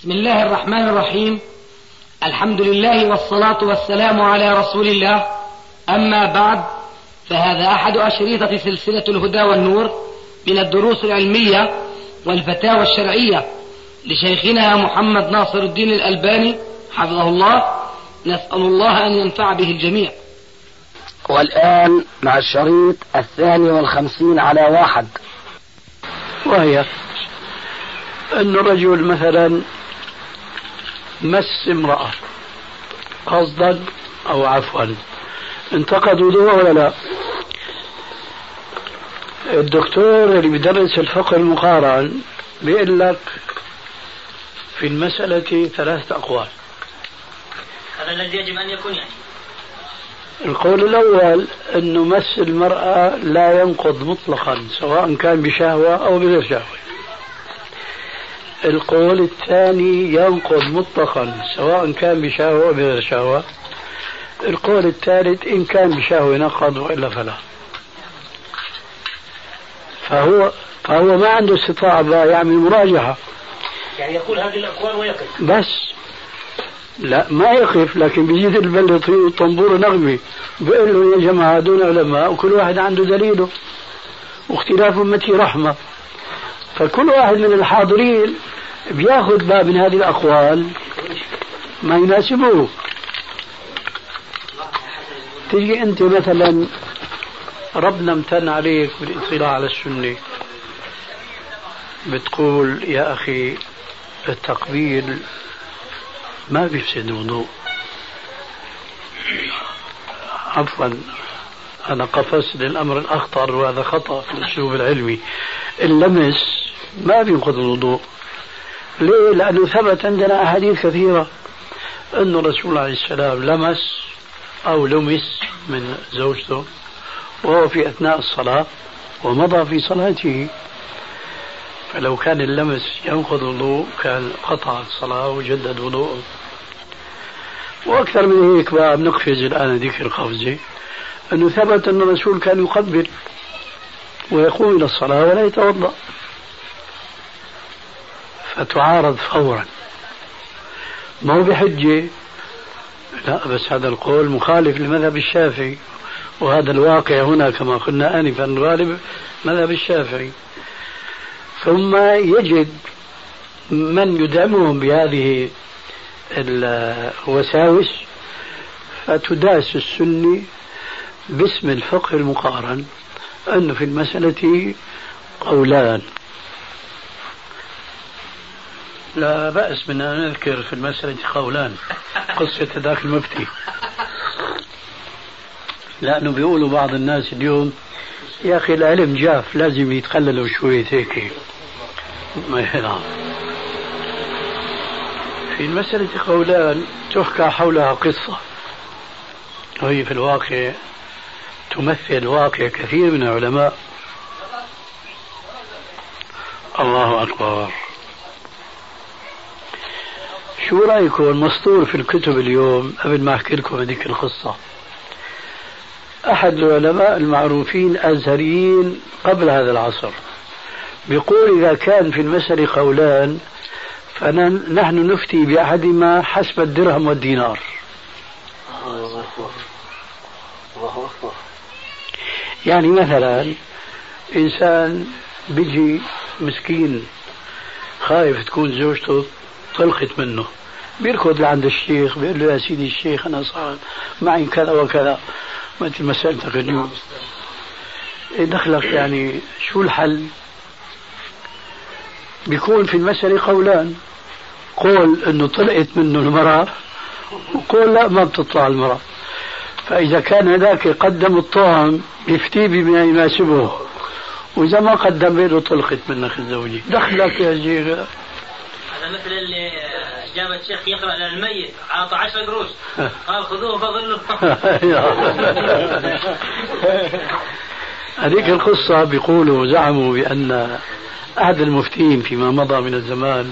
بسم الله الرحمن الرحيم. الحمد لله والصلاة والسلام على رسول الله. أما بعد، فهذا أحد أشريطة سلسلة الهدى والنور من الدروس العلمية والفتاوى الشرعية لشيخنا محمد ناصر الدين الألباني حفظه الله. نسأل الله أن ينفع به الجميع. والآن مع الشريط 52 على 1، وهي أن الرجل مثلا مس امرأة قصدا أو عفوا، انتقد وضوءه ولا لا؟ الدكتور اللي بيدرس الفقه المقارن بيقول لك في المسألة 3 أقوال. هذا الذي يجب أن يكون يعني. القول الأول أنه مس المرأة لا ينقض مطلقا سواء كان بشهوة أو بغير شهوة. القول الثاني ينقض مطلقا سواء كان بشهوة أو بغير شهوة. القول الثالث إن كان بشهوة ينقض وإلا فلا. فهو ما عنده استطاعة يعمل مراجعة، يعني يقول هذه الأقوال ويقف بس. لا ما يقف، لكن بيجيد البلد طنبور نغمي بيقول له يا جماعة دون علماء وكل واحد عنده دليله واختلاف أمتي رحمة. فكل واحد من الحاضرين بياخذ باب من هذه الأقوال ما يناسبه. تيجي أنت مثلا ربنا امتن عليك بالاطلاع على السنة، بتقول يا أخي التقبيل ما بيفسد الوضوء. عفوا أنا قفزت للأمر الأخطر وهذا خطأ في الأسلوب العلمي. اللمس ما بينقض الوضوء. ليه؟ لأنه ثبت عندنا أحاديث كثيرة أن الرسول عليه السلام لمس أو لمس من زوجته وهو في أثناء الصلاة ومضى في صلاته. فلو كان اللمس ينقض الوضوء كان قطع الصلاة وجدد وضوءه. وأكثر من هيك بقى بنقفز الآن ذكر قفزة أنه ثبت أن الرسول كان يقبل ويقوم إلى الصلاة ولا يتوضأ، فتعارض فورا. ما هو بحجة، لا، بس هذا القول مخالف لمذهب الشافعي، وهذا الواقع هنا كما قلنا آنفا الغالب مذهب الشافعي. ثم يجد من يدعمهم بهذه الوساوس فتداس السنة باسم الفقه المقارن أنه في المسألة قولان. لا بأس من أن نذكر في المسألة قولان، قصة ذاك المفتي، لأنه بيقولوا بعض الناس اليوم يا أخي العلم جاف لازم يتقللوا شوية هيك. في المسألة قولان تحكى حولها قصة، وهي في الواقع تمثل واقع كثير من العلماء. الله أكبر. شو رأيكم مسطور في الكتب اليوم؟ قبل ما أحكي لكم هذيك القصة، أحد العلماء المعروفين أزهريين قبل هذا العصر بيقول إذا كان في المسألة قولان فنحن نفتي بأحدهما حسب الدرهم والدينار. يعني مثلا إنسان بيجي مسكين خايف تكون زوجته طلقت منه، بيركض لعند الشيخ بيقول له يا سيدي الشيخ أنا صار معي كذا وكذا، مثل مسألتك اليوم دخلك، يعني شو الحل؟ بيكون في المسألة قولان، قول انه طلقت منه المرأة وقول لا ما بتطلع المرأة. فإذا كان هذاك قدم الطعم يفتي بما يناسبه، وإذا ما قدم له طلقت منك الزوجة. دخلك يا شيخ. هذا مثل اللي جاب الشيخ يقرأ على الميت عاطى 10 قروش قال خذوه فضلوا. هذيك القصة بيقولوا زعموا بأن أحد المفتين فيما مضى من الزمان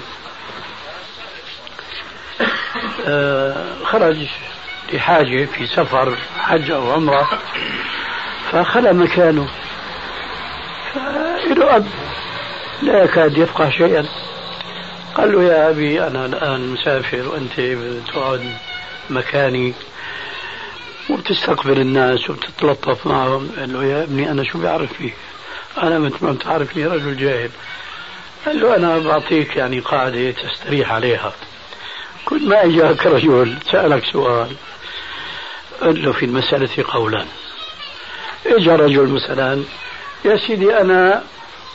خرج لحاجة في سفر حج أو عمرة فخلى مكانه، فإله أب لا يكاد يفقه شيئا، قال له يا أبي أنا الآن مسافر وأنت بتقعد مكاني وبتستقبل الناس وبتتلطف معهم. قال له يا ابني أنا شو بعرف فيه؟ أنا مثل ما بتعرفني رجل جاهل. قال له أنا بعطيك يعني قاعدة تستريح عليها. كل ما إجاك رجل سألك سؤال قل له في المسألة قولان. إجا رجل مثلا يا سيدي أنا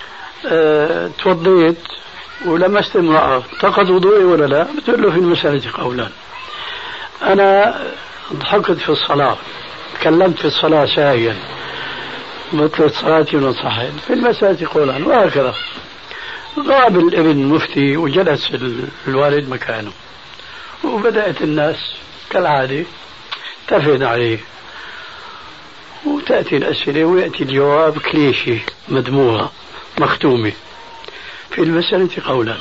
توضيت ولمست امرأة تقض وضوئي ولا لا؟ بتقول له في المسألة قولان. أنا ضحكت في الصلاة تكلمت في الصلاة ساهيا بطلت صلاتي ونصحت في المسألة قولان. وهكذا غاب الابن المفتي وجلس الوالد مكانه وبدأت الناس كالعادة تفد عليه وتأتي الأسئلة ويأتي الجواب كليشي مدموغة مختومة في المسألة قولان.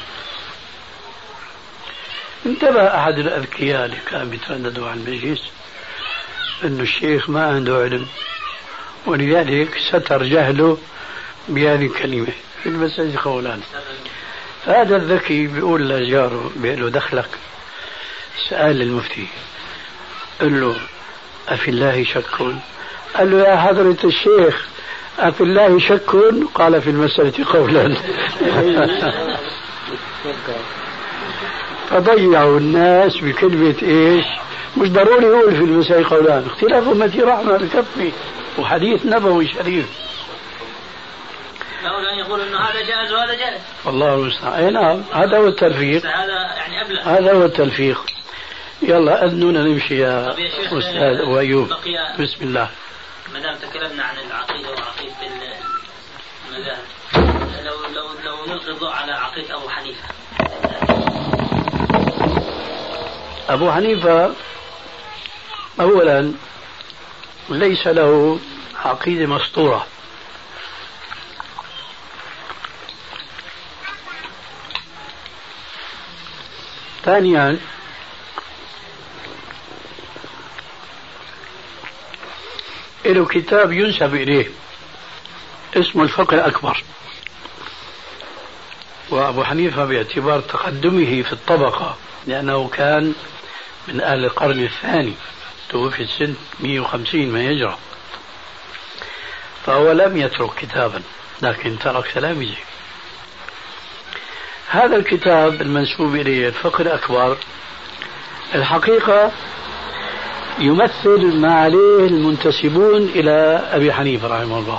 انتبه أحد الأذكياء اللي كان بيترددوا على المجلس أنه الشيخ ما عنده علم ولذلك ستر جهله بهذه الكلمة في المسألة قولان. فهذا الذكي بيقول لجاره بيقول له دخلك؟ سأل المفتي قال له أفي الله شك؟ قال له يا حضرة الشيخ أفي الله شك؟ قال في المسألة قولا. فضيعوا الناس بكلمة إيش؟ مش ضروري يقول في المسألة قولان. اختلاف أمتي رحمة بكفي وحديث نبوي شريف. أو أن يقول إنه هذا جائز وهذا جائز. والله المستعان. نعم هذا هو التلفيق. هذا يعني أبلغ. هذا هو التلفيق. يلا أذنونا نمشي يا أستاذ وأيوب. بسم الله. ما دام تكلمنا عن العقيدة وعقيدة المذاهب لو نلقي الضوء على عقيدة أبو حنيفة. أبو حنيفة أولا ليس له عقيدة مسطورة. ثانيا له كتاب ينسب إليه اسمه الفقه الأكبر. وأبو حنيفة باعتبار تقدمه في الطبقة لأنه كان من أهل القرن الثاني توفي سنة 150 ما يجرى فهو لم يترك كتابا لكن ترك تلاميذه. هذا الكتاب المنسوب إليه الفقه الأكبر الحقيقة يمثل ما عليه المنتسبون إلى أبي حنيفة رحمه الله.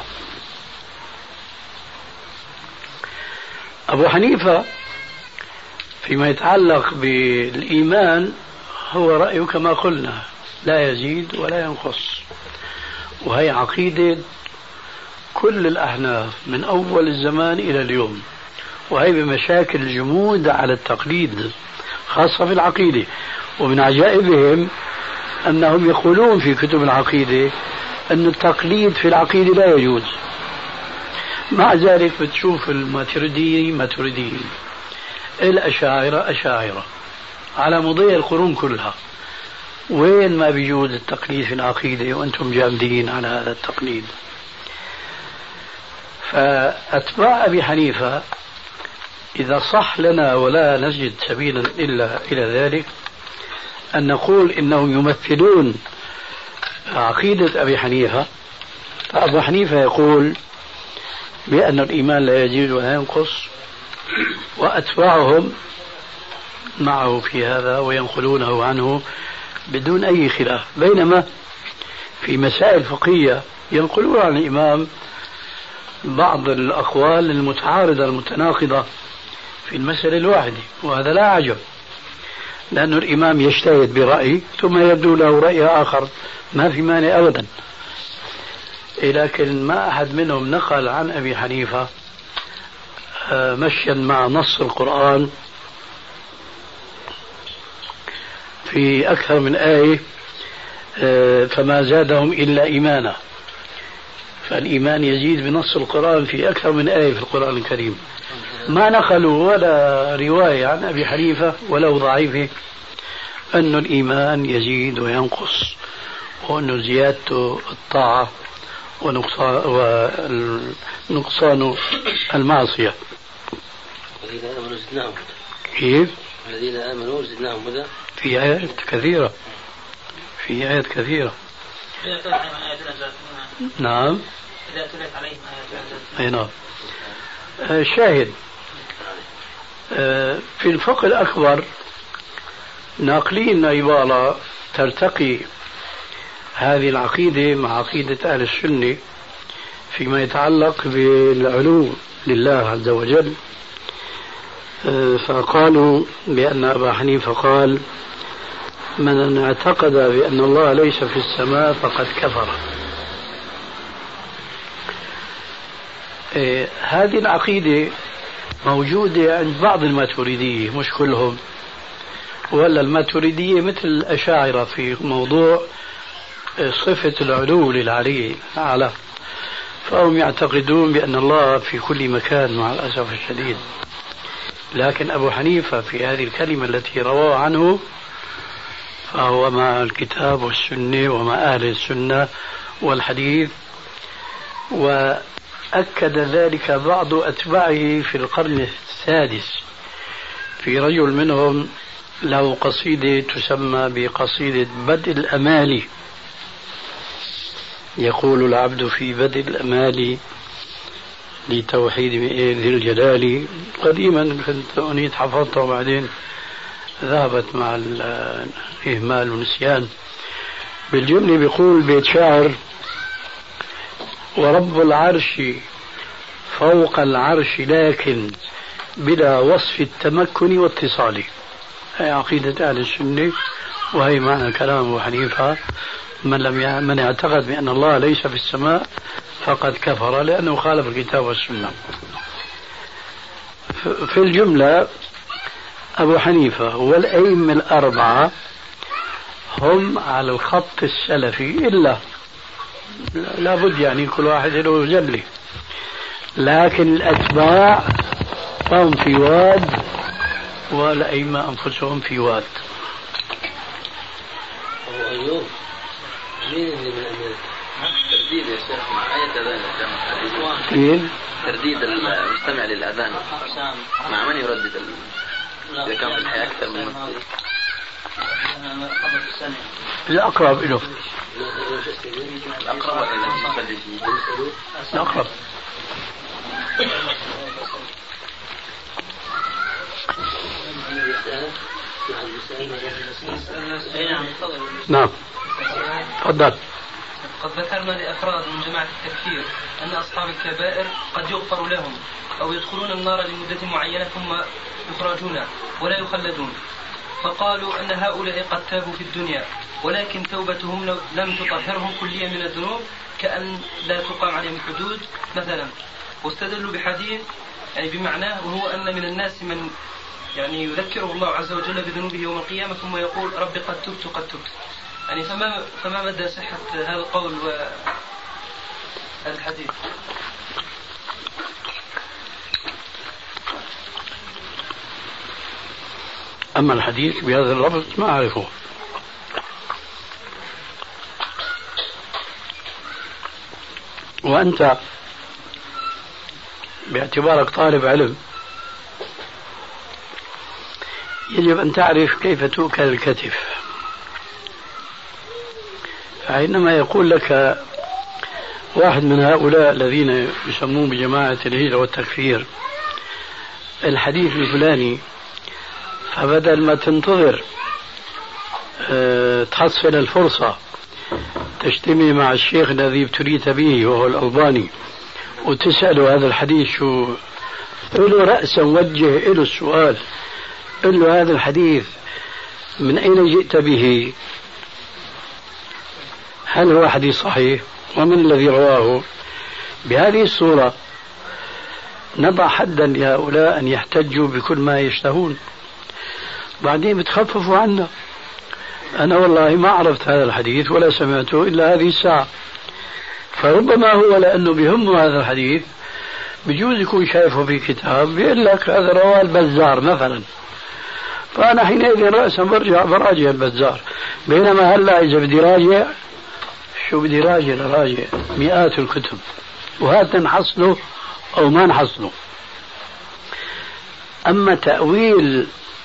أبو حنيفة فيما يتعلق بالإيمان هو رأيه كما قلنا لا يزيد ولا ينقص، وهي عقيدة كل الأحناف من أول الزمان إلى اليوم، وهي بمشاكل الجمود على التقليد خاصة في العقيدة. ومن عجائبهم أنهم يقولون في كتب العقيدة أن التقليد في العقيدة لا يجوز. مع ذلك بتشوف ماتريديين الأشاعرة أشاعرة على مضي القرون كلها، وين ما بيجوز التقليد في العقيدة وأنتم جامدين على هذا التقليد. فأتباع أبي حنيفة إذا صح لنا ولا نجد سبيلا إلا إلى ذلك أن نقول إنهم يمثلون عقيدة أبي حنيفة. فأبو حنيفة يقول بأن الإيمان لا يزيد ولا ينقص، وأتباعهم معه في هذا وينقلونه عنه بدون أي خلاف، بينما في مسائل فقهية ينقلون عن الإمام بعض الأقوال المتعارضة المتناقضة في المسألة الواحدة، وهذا لا عجب لأن الإمام يجتهد برأي ثم يبدو له رأي آخر ما في مانع أبدا. لكن ما أحد منهم نقل عن أبي حنيفة مشيا مع نص القرآن في أكثر من آية فما زادهم إلا إيمانا. فالإيمان يزيد بنص القرآن في أكثر من آية في القرآن الكريم. ما نقلوا ولا رواية عن أبي حنيفة ولو ضعيفة أن الإيمان يزيد وينقص، وأن زيادته الطاعة ونقصان المعصية. كيف؟ الذين آمنوا زدناهم هدى. في آيات كثيرة، في آيات كثيرة. إذا تلت عليهم آياتنا زادتنا. نعم. إذا تلت عليهم آياتنا زادتنا. أي نعم. شاهد في الفقه الأكبر ناقلين عبارة ترتقي هذه العقيدة مع عقيدة أهل السنة فيما يتعلق بالعلو لله عز وجل. فقالوا بأن أبا حنيفة قال: من اعتقد بأن الله ليس في السماء فقد كفر. هذه العقيدة موجودة عند بعض الماتريدية، مش كلهم، ولا الماتريدية مثل الأشاعرة في موضوع صفة العلو للعلي الأعلى، فهم يعتقدون بأن الله في كل مكان مع الأسف الشديد. لكن أبو حنيفة في هذه الكلمة التي رواه عنه فهو مع الكتاب والسنة ومع أهل السنة والحديث، وأكد ذلك بعض أتباعه في القرن السادس. في رجل منهم له قصيدة تسمى بقصيدة بدء الأمال، يقول العبد في بدء الأمال لتوحيد ذي الجلال. قديما كنت أنيت حفظتها وبعدين ذهبت مع الإهمال والنسيان. بالجملة بيقول بيت شاعر: ورب العرش فوق العرش لكن بلا وصف التمكن واتصال. هي عقيدة أهل السنة، وهي معنى كلام أبو حنيفة: من اعتقد بأن الله ليس في السماء فقد كفر، لأنه خالف الكتاب والسنة. في الجملة أبو حنيفة والأئمة الأربعة هم على الخط السلفي، إلا لابد يعني كل واحد له جلة، لكن الأتباع هم في واد والأئمة أنفسهم في واد. أبو أيوب مين اللي من أمريكا؟ ترديد يا شيخ مع آية الأذان. مين؟ ترديد المستمع للأذان مع من يردد إذا كان في الحياة أكثر من مصدر. الأقرب له. الأقرب ولا المصلي؟ الأقرب. نعم تفضل. قد ذكرنا لأفراد من جماعة التكفير أن أصحاب الكبائر قد يغفر لهم أو يدخلون النار لمدة معينة ثم يخرجون ولا يخلدون، فقالوا أن هؤلاء قد تابوا في الدنيا ولكن توبتهم لم تطهرهم كليا من الذنوب، كأن لا تقام عليهم حدود مثلا، واستدلوا بحديث يعني بمعناه، وهو أن من الناس من يعني يذكره الله عز وجل بذنوبه يوم القيامة ثم يقول ربي قد تبت قد تبت. يعني فما مدى صحة هذا القول وهذا الحديث؟ أما الحديث بهذا اللفظ ما أعرفه. وأنت باعتبارك طالب علم يجب أن تعرف كيف تؤكل الكتف. فعندما يقول لك واحد من هؤلاء الذين يسمون بجماعة الهجرة والتكفير الحديث الفلاني، فبدل ما تنتظر تحصل الفرصة تجتمع مع الشيخ الذي ابتليت به وهو الألباني وتسأله هذا الحديث شو، له رأسا وجه له السؤال، قل له هذا الحديث من أين جئت به؟ هل هو حديث صحيح؟ ومن الذي رواه؟ بهذه الصورة نضع حدا لهؤلاء أن يحتجوا بكل ما يشتهون، بعدين بتخففوا عنا. أنا والله ما عرفت هذا الحديث ولا سمعته إلا هذه الساعة، فربما هو لأنه بهمه هذا الحديث بجوز يكون شايفه في كتاب بيقول لك هذا رواه البزار مثلا، فأنا حينئذ رأسا براجع البزار، بينما هلا إذا بدي راجع شو بدي راجع مئات الكتب، وهذا نحصله أو ما نحصله. أما تأويل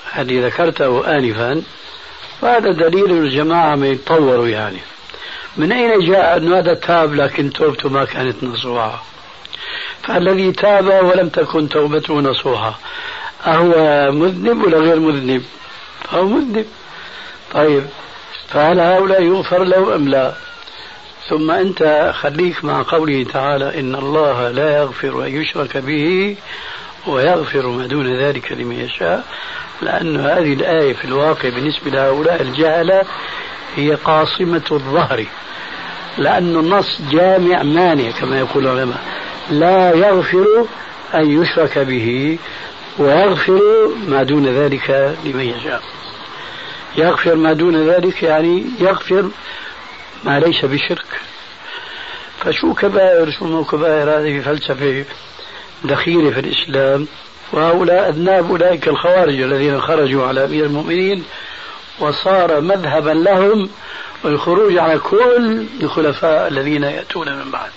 الذي ذكرته آنفا، فهذا دليل الجماعة ما يتطوروا يعني. من أين جاء أن هذا تاب لكن توبته ما كانت نصوحة؟ فالذي تاب ولم تكن توبته نصوحة أهو مذنب ولا غير مذنب؟ فهو مذنب. طيب فهل هؤلاء يغفر له أم لا؟ ثم أنت خليك مع قوله تعالى إن الله لا يغفر أن يشرك به ويغفر ما دون ذلك لمن يشاء، لأن هذه الآية في الواقع بالنسبة لهؤلاء الجهلة هي قاصمة الظهر، لأن النص جامع مانع كما يقول العلماء، لا يغفر أن يشرك به ويغفر ما دون ذلك لمن يشاء. يغفر ما دون ذلك يعني يغفر ما ليس بشرك. فشو كبائر شو مو كبائر؟ هذه فلسفة دخيلة في الإسلام، وهؤلاء أذناب أولئك الخوارج الذين خرجوا على أمير المؤمنين وصار مذهبا لهم والخروج على كل الخلفاء الذين يأتون من بعد.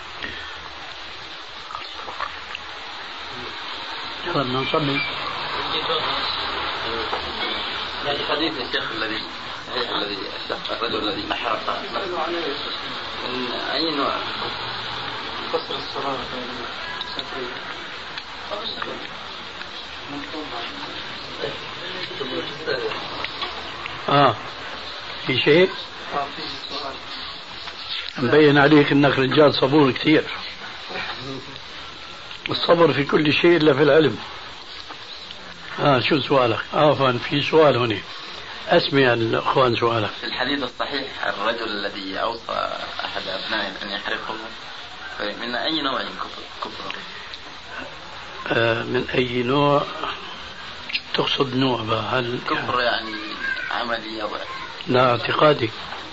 يلا نصلي. حديث الشيخ الذي الرجل الذي أحرق من أي نوع؟ قصر الصلاة في شيء مبين عليك انك رجال صبور كثير. الصبر في كل شيء الا في العلم. شو سؤالك؟ عفوا في سؤال هنا، اسمع الاخوان سؤالك. في الحديث الصحيح الرجل الذي اوصى احد ابنائه ان يحرقه من اي نوع كفر؟ من اي نوع تقصد؟ نوع هل كفر يعني عملي او لا اعتقادي؟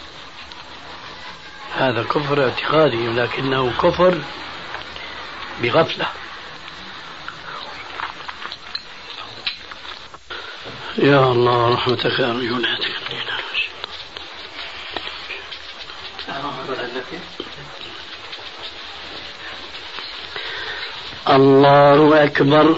هذا كفر اعتقادي لكنه كفر بغفلة. يا الله رحمتك أرجو لا تكلني. الله أكبر.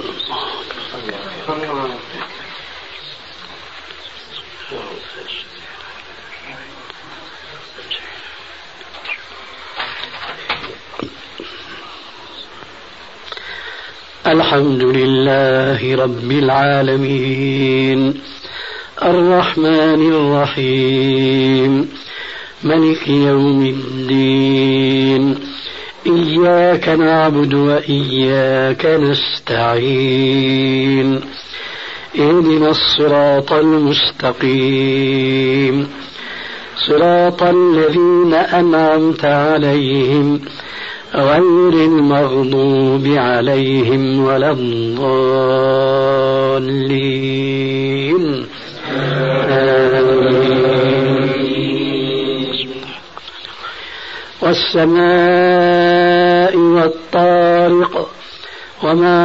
الحمد لله رب العالمين الرحمن الرحيم ملك يوم الدين إياك نعبد وإياك نستعين اهدنا الصراط المستقيم صراط الذين أنعمت عليهم غير المغضوب عليهم ولا الضالين. والسماء والطارق وما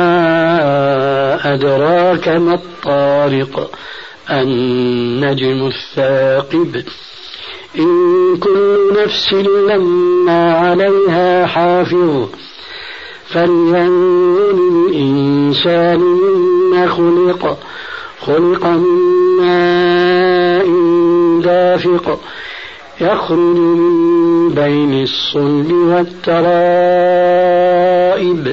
أدراك ما الطارق النجم الثاقب إن كل نفس لما عليها حافظ فلينظر الإنسان مما خلق من ماء دافق يخرج من بين الصلب والترائب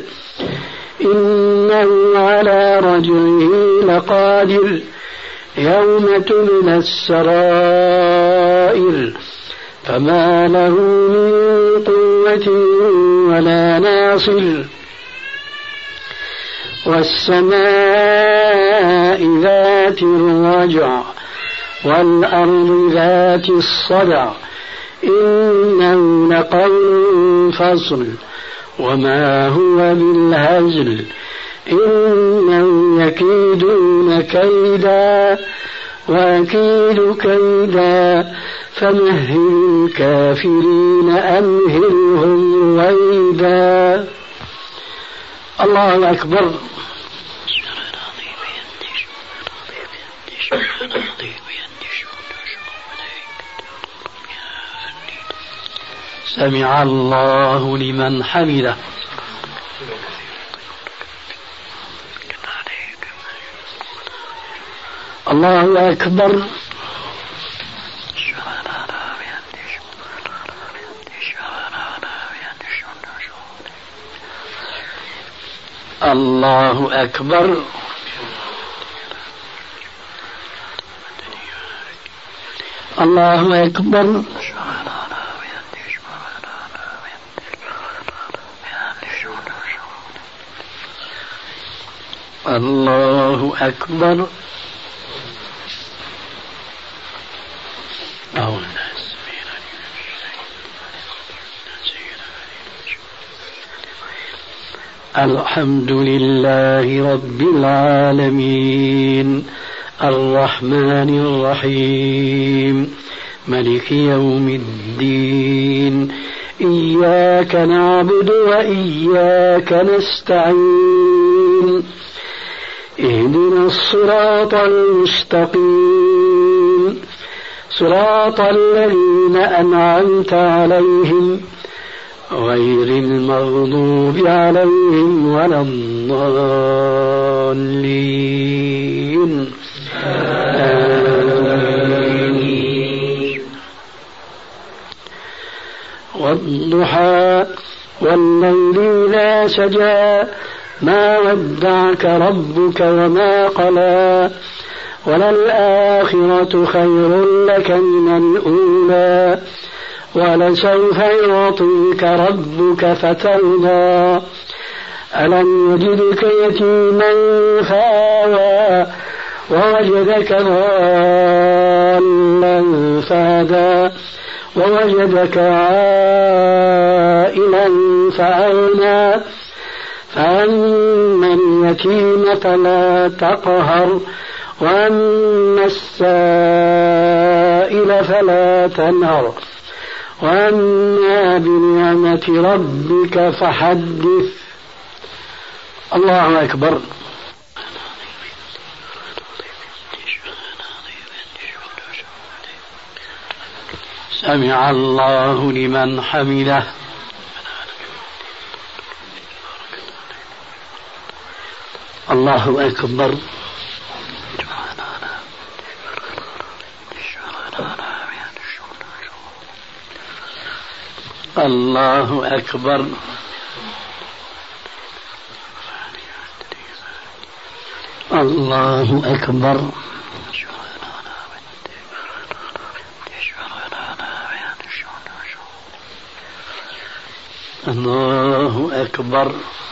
إنه على رجعه لقادر يوم تبلى السرائر فما له من قوة ولا ناصر. والسماء ذات الرجع والأرض ذات الصدع إنه لقول فصل وما هو بالهزل إنهم يكيدون كيدا وأكيد كيدا فمهل الكافرين أمهلهم رويدا. الله أكبر. سمع الله لمن حمده. الله أكبر. الله أكبر. الله أكبر. الله أكبر. الحمد لله رب العالمين الرحمن الرحيم ملك يوم الدين إياك نعبد وإياك نستعين اهدنا الصراط المستقيم صراط الذين أنعمت عليهم غير المغضوب عليهم ولا الضالين آمين. والضحى والليل إذا سجى ما ودعك ربك وما قلى وللآخرة خير لك من الأولى ولسوف يعطيك ربك فترضى ألم يجدك يتيما فآوى ووجدك ضالا فهدى ووجدك عائلا فأغنى فأما اليتيم فلا تقهر وأما السائل فلا تنهر وأما بنعمة ربك فحدث. الله أكبر. سمع الله لمن حمده. الله أكبر. الله أكبر. الله أكبر. الله أكبر.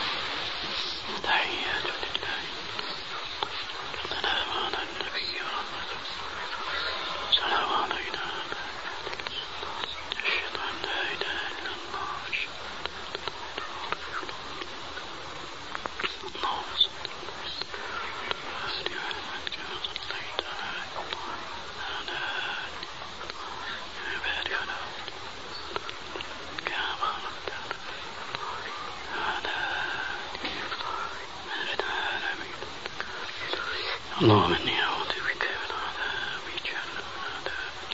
اللهم إني أعوذ بك من عذاب جهنم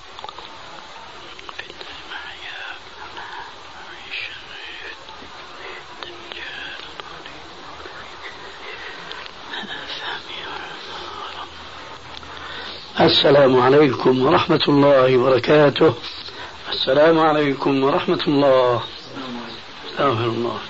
فتنة المحيا ومن شر الدجال السلام عليكم ورحمة الله وبركاته. السلام عليكم ورحمة الله. استغفر الله.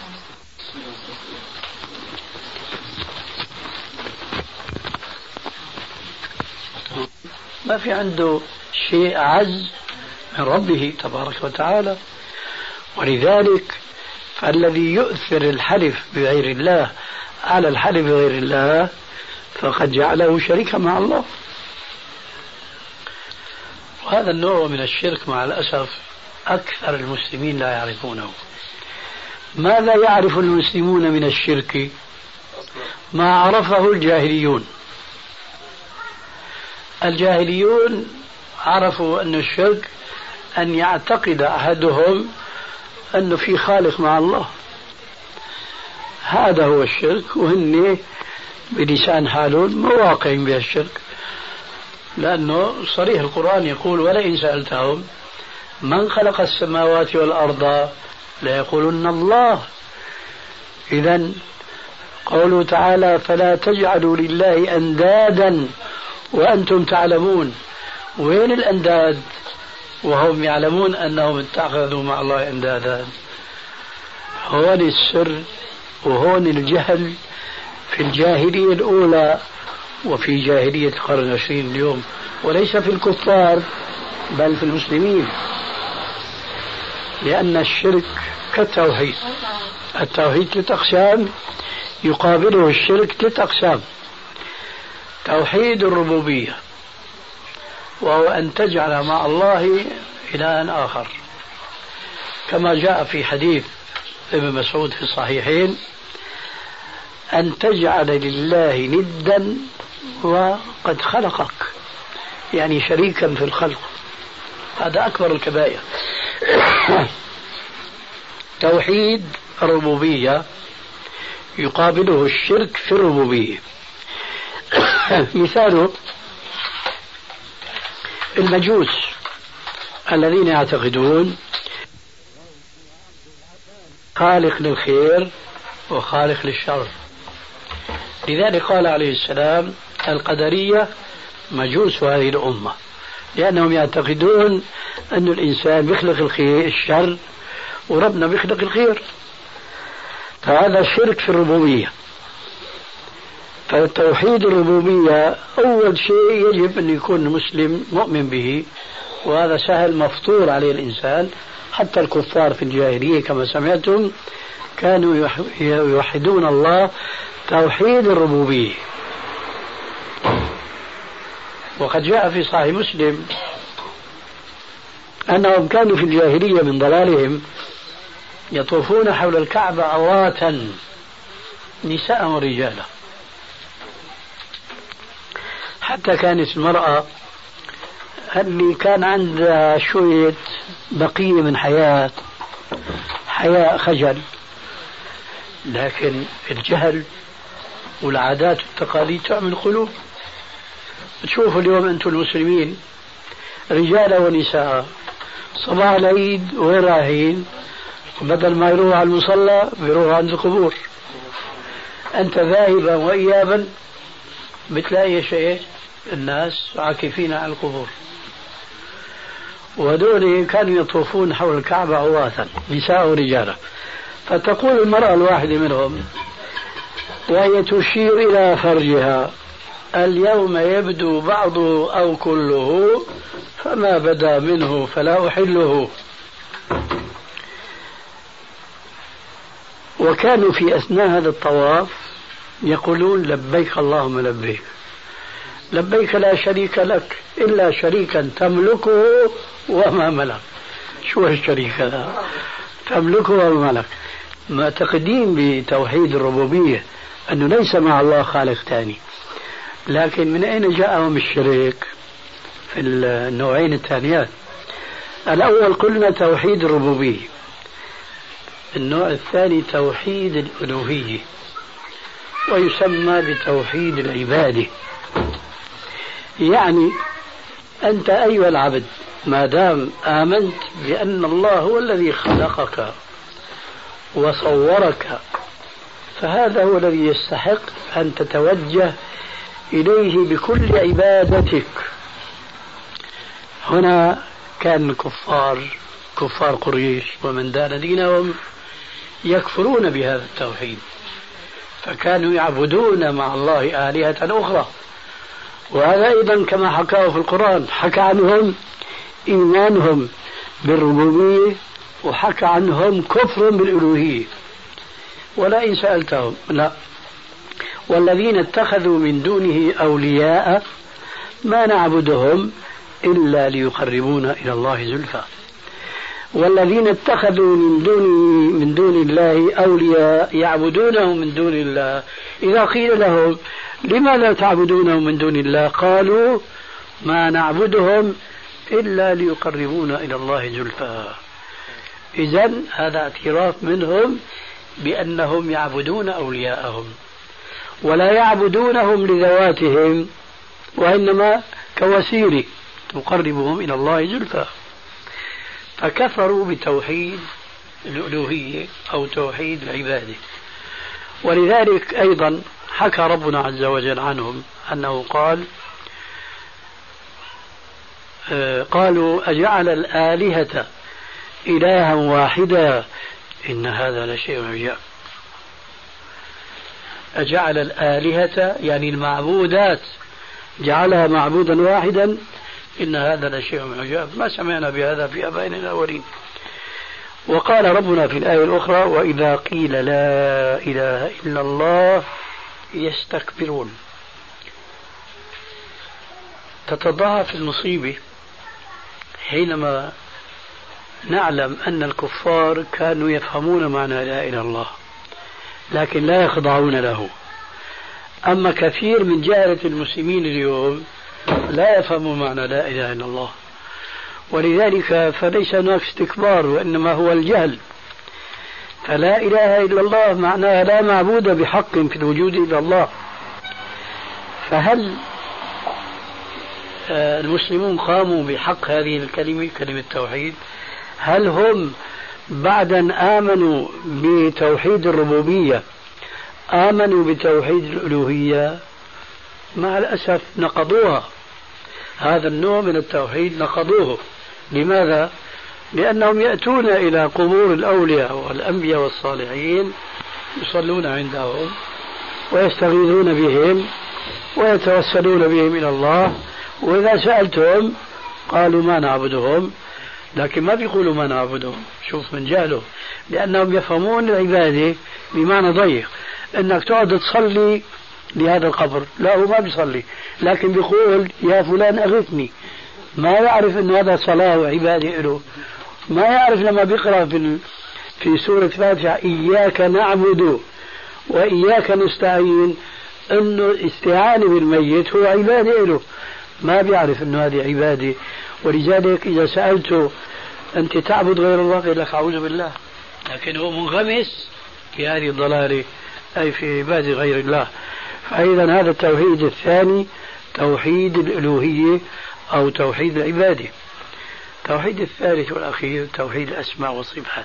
ما في عنده شيء أعز من ربه تبارك وتعالى، ولذلك فالذي يؤثر الحلف بغير الله على الحلف بغير الله فقد جعله شريكا مع الله. وهذا النوع من الشرك مع الأسف أكثر المسلمين لا يعرفونه. ماذا يعرف المسلمون من الشرك؟ ما عرفه الجاهليون. الجاهليون عرفوا أن الشرك أن يعتقد أحدهم أنه في خالق مع الله، هذا هو الشرك، وهن بلسان حالهم مواقعين بهالشرك، لأنه صريح القرآن يقول ولئن سألتهم من خلق السماوات والأرض ليقولن الله. إذن قوله تعالى فلا تجعلوا لله أندادا وأنتم تعلمون. وين الأنداد وهم يعلمون أنهم اتخذوا مع الله أندادا؟ هون السر وهون الجهل في الجاهلية الأولى وفي جاهلية القرن العشرين اليوم، وليس في الكفار بل في المسلمين. لأن الشرك كالتوحيد، التوحيد 3 أقسام يقابله الشرك 3 أقسام. توحيد الربوبية، وهو أن تجعل مع الله إلها آخر، كما جاء في حديث ابن مسعود في الصحيحين: أن تجعل لله ندا وقد خلقك، يعني شريكا في الخلق. هذا أكبر الكبائر. توحيد الربوبية يقابله الشرك في الربوبية. مثاله المجوس الذين يعتقدون خالق للخير وخالق للشر. لذلك قال عليه السلام: القدرية مجوس هذه الأمة، لأنهم يعتقدون أن الإنسان بيخلق الشر وربنا بيخلق الخير. فهذا الشرك في الربوبية. فتوحيد الربوبية أول شيء يجب أن يكون المسلم مؤمن به، وهذا سهل مفطور عليه الإنسان. حتى الكفار في الجاهلية كما سمعتم كانوا يوحدون الله توحيد الربوبية. وقد جاء في صحيح مسلم أنهم كانوا في الجاهلية من ضلالهم يطوفون حول الكعبة عراة نساء ورجالا، حتى كانت المرأة اللي كان عندها شوية بقية من حياء خجل، لكن الجهل والعادات والتقاليد تعمل قلوب. تشوفوا اليوم أنتم المسلمين رجال ونساء صباح العيد وين رايحين؟ بدل ما يروحوا على المصلى بيروحوا عند القبور. أنت ذاهبا وإيابا بتلاقي شيء الناس عاكفين على القبور. وهذول كانوا يطوفون حول الكعبة عراة نساء ورجال. فتقول المرأة الواحدة منهم وهي تشير إلى فرجها: اليوم يبدو بعضه أو كله، فما بدا منه فلا أحله. وكانوا في أثناء هذا الطواف يقولون: لبيك اللهم لبيك، لبيك لا شريك لك إلا شريكا تملكه وما ملك. شو الشريك هذا؟ تملكه وما ملك. معتقدين بتوحيد الربوبية أنه ليس مع الله خالق ثاني. لكن من أين جاءهم الشريك في النوعين الثانيات؟ الأول قلنا توحيد الربوبية، النوع الثاني توحيد الألوهية، ويسمى بتوحيد العبادة. يعني أنت أيها العبد ما دام آمنت بأن الله هو الذي خلقك وصورك، فهذا هو الذي يستحق أن تتوجه إليه بكل عبادتك. هنا كان كفار قريش ومن دان دينهم يكفرون بهذا التوحيد، فكانوا يعبدون مع الله آلهة أخرى. وهذا أيضا كما حكاه في القرآن، حكى عنهم إيمانهم بالربوبية وحكى عنهم كفر بالألوهية. ولا إن سألتهم لا، والذين اتخذوا من دونه أولياء ما نعبدهم إلا ليقربونا إلى الله زلفى. والذين اتخذوا من دون الله أولياء يعبدونهم من دون الله، إذا قيل لهم لماذا تعبدونهم من دون الله قالوا ما نعبدهم إلا ليقربونا إلى الله زلفى. إذن هذا اعتراف منهم بأنهم يعبدون أولياءهم ولا يعبدونهم لذواتهم، وإنما كوسيلة تقربهم إلى الله زلفى. فكفروا بتوحيد الألوهية أو توحيد العبادة. ولذلك أيضا حكى ربنا عز وجل عنهم أنه قال: قالوا أجعل الآلهة إلها واحدا إن هذا لشيء عجاب. أجعل الآلهة يعني المعبودات جعلها معبودا واحدا إن هذا لشيء عجاب، ما سمعنا بهذا في آبائنا الأولين. وقال ربنا في الآية الأخرى وإذا قيل لا إله إلا الله يستكبرون. تتضاعف المصيبة حينما نعلم أن الكفار كانوا يفهمون معنى لا إله إلا الله لكن لا يخضعون له. أما كثير من جهلة المسلمين اليوم لا يفهموا معنى لا إله إلا الله، ولذلك فليس هناك استكبار وإنما هو الجهل. فلا إله إلا الله معناها لا معبود بحق في الوجود إلا الله. فهل المسلمون قاموا بحق هذه الكلمة، كلمة التوحيد؟ هل هم بعد أن آمنوا بتوحيد الربوبية آمنوا بتوحيد الألوهية؟ مع الأسف نقضوها. هذا النوع من التوحيد نقضوه. لماذا؟ لأنهم يأتون إلى قبور الأولياء والأنبياء والصالحين يصلون عندهم ويستغيثون بهم ويتوسلون بهم إلى الله، وإذا سألتهم قالوا ما نعبدهم، لكن ما بيقولوا ما نعبدهم. شوف من جهله، لأنهم يفهمون العبادة بمعنى ضيق، أنك تقعد تصلي لهذا القبر. لا، هو ما بيصلي لكن بيقول يا فلان أغثني. ما يعرف أن هذا صلاة وعبادة له. ما يعرف لما بيقرأ في سورة الفاتحة إياك نعبد وإياك نستعين أنه الاستعانة بالميت هو عبادة له. ما بيعرف أنه هذه عبادة. ولذلك إذا سألته أنت تعبد غير الله يقول لك أعوذ بالله، لكن هو منغمس في هذه الضلالة أي في عبادة غير الله. فإذا هذا التوحيد الثاني توحيد الألوهية أو توحيد العبادة. التوحيد الثالث والأخير توحيد الأسماء والصفات.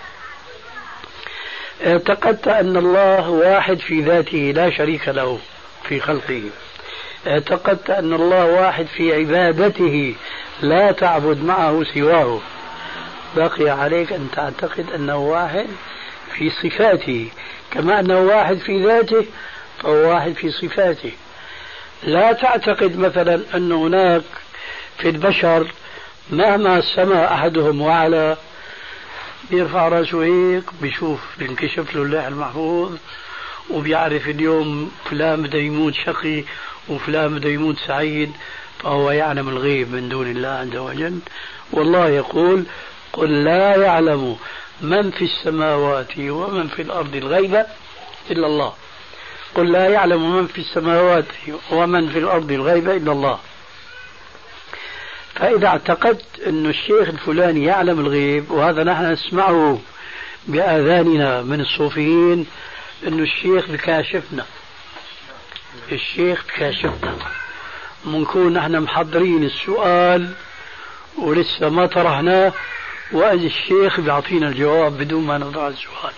اعتقدت أن الله واحد في ذاته لا شريك له في خلقه. اعتقدت أن الله واحد في عبادته لا تعبد معه سواه. بقي عليك أن تعتقد أنه واحد في صفاته، كما أنه واحد في ذاته فهو واحد في صفاته. لا تعتقد مثلا أن هناك في البشر مهما سمى أحدهم وعلى بيرفع راسه هيك بيشوف بينكشف له اللوح المحفوظ وبيعرف اليوم فلان بده يموت شقي وفلان بده يموت سعيد، فهو يعلم الغيب من دون الله عز وجل. والله يقول قل لا يعلم من في السماوات ومن في الأرض الغيب إلا الله. قل لا يعلم من في السماوات ومن في الأرض الغيب إلا الله. فإذا اعتقدت أن الشيخ الفلاني يعلم الغيب، وهذا نحن نسمعه بآذاننا من الصوفيين، أن الشيخ بكاشفنا، الشيخ بكاشفنا، منكون نحن محضرين السؤال ولسه ما طرحناه وأجي الشيخ بيعطينا الجواب بدون ما نضع السؤال.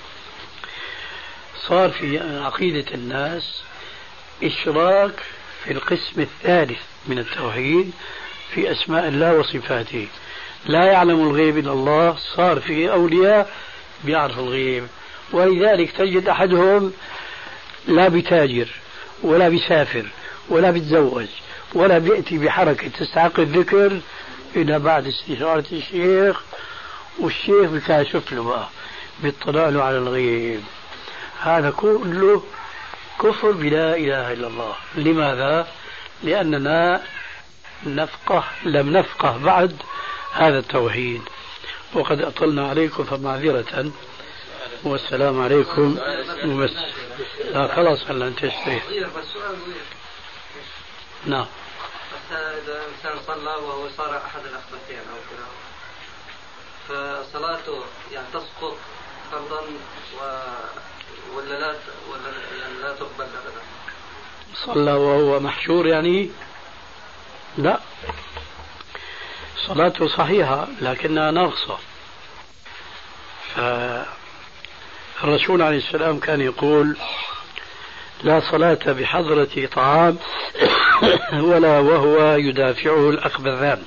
صار في عقيدة الناس إشراك في القسم الثالث من التوحيد في أسماء الله وصفاته. لا يعلم الغيب إلا الله، صار في أولياء بيعرفوا الغيب. ولذلك تجد أحدهم لا بتاجر ولا بيسافر ولا بيتزوج ولا بيأتي بحركة تستحق الذكر إلا بعد استشارة الشيخ، والشيخ بكاشف له بقى بيطلع له على الغيب. هذا كله كفر بلا إله إلا الله. لماذا؟ لأننا لم نفقه بعد هذا التوحيد. وقد أطلنا عليكم فمعذرة، والسلام عليكم. وبس. لا خلاص هلا انت اشتريت. نعم. بس إذا إنسان صلى وهو صار أحد الأخبثين أو كذا فصلاته يعني تسقط فرضا ولا لا يعني لا تقبل أبدا؟ صلى وهو محشور يعني؟ لا، صلاته صحيحة لكنها ناقصة. فالرسول عليه السلام كان يقول لا صلاة بحضرة طعام ولا وهو يدافعه الأخبثان.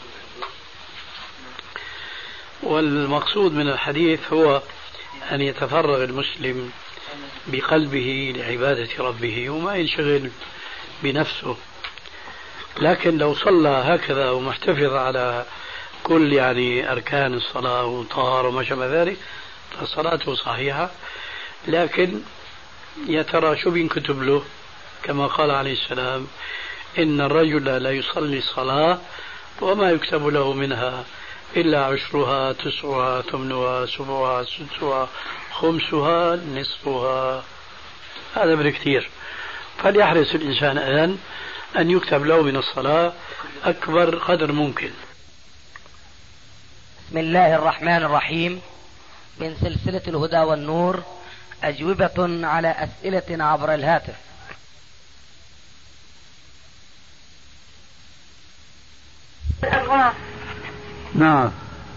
والمقصود من الحديث هو أن يتفرغ المسلم بقلبه لعبادة ربه وما ينشغل بنفسه. لكن لو صلى هكذا ومحتفظ على كل أركان الصلاة وطهارة وما شابه ذلك فصلاته صحيحة. لكن يا ترى شو بينكتب له؟ كما قال عليه السلام: إن الرجل لا يصلي الصلاة وما يكتب له منها إلا 10 9 8 7 6 5 نصفها. هذا بالكثير. فليحرص الإنسان الآن أن يكتب له من الصلاة أكبر قدر ممكن. بسم الله الرحمن الرحيم. من سلسلة الهدى والنور، أجوبة على أسئلة عبر الهاتف. نعم.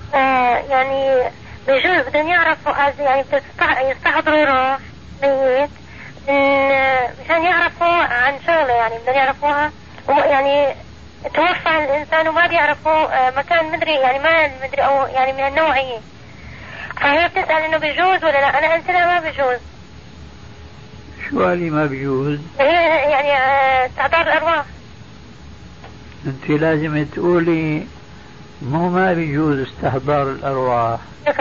يعني بجوز بدهم يعرفوا يعني يستحضروا روح ميت مشان يعرفوا عن شغله، يعني بدهم يعرفوها يعني توفى الإنسان وما بيعرفوا مكان مدري يعني ما مدري أو يعني من النوعية، فهي بتسأل إنه بيجوز ولا لا. أنا قلت لها ما بيجوز. شو قالي ما بيجوز؟ هي يعني استحضار الأرواح. أنت لازم تقولي مو ما بيجوز استحضار الأرواح،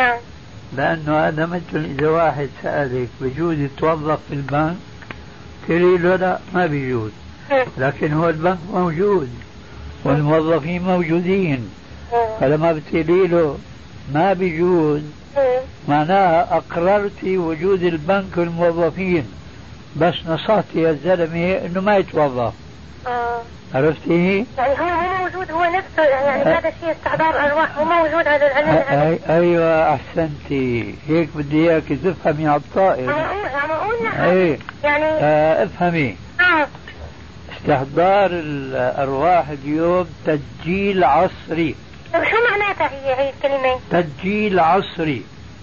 لأنه هذا مثل إذا واحد سألك بيجوز يتوظف في البنك تقولي له لا ما بيجوز، لكن هو البنك موجود والموظفين موجودين، فلما بتقولي له ما بيجوز معناها أقررتي وجود البنك والموظفين، بس نصحتي يا الزلمة إنه ما يتوظف. عرفتي؟ يعني هو مو موجود، هو نفسه يعني هذا الشيء استحضار الأرواح، هو موجود هذا العلم. أيوة أحسنتي، هيك بدي إياك تفهمي على الطائر. أي يعني افهمي. استحضار الأرواح اليوم تسجيل عصري. طيب شو معناتها هي الكلمة؟ تسجيل عصري.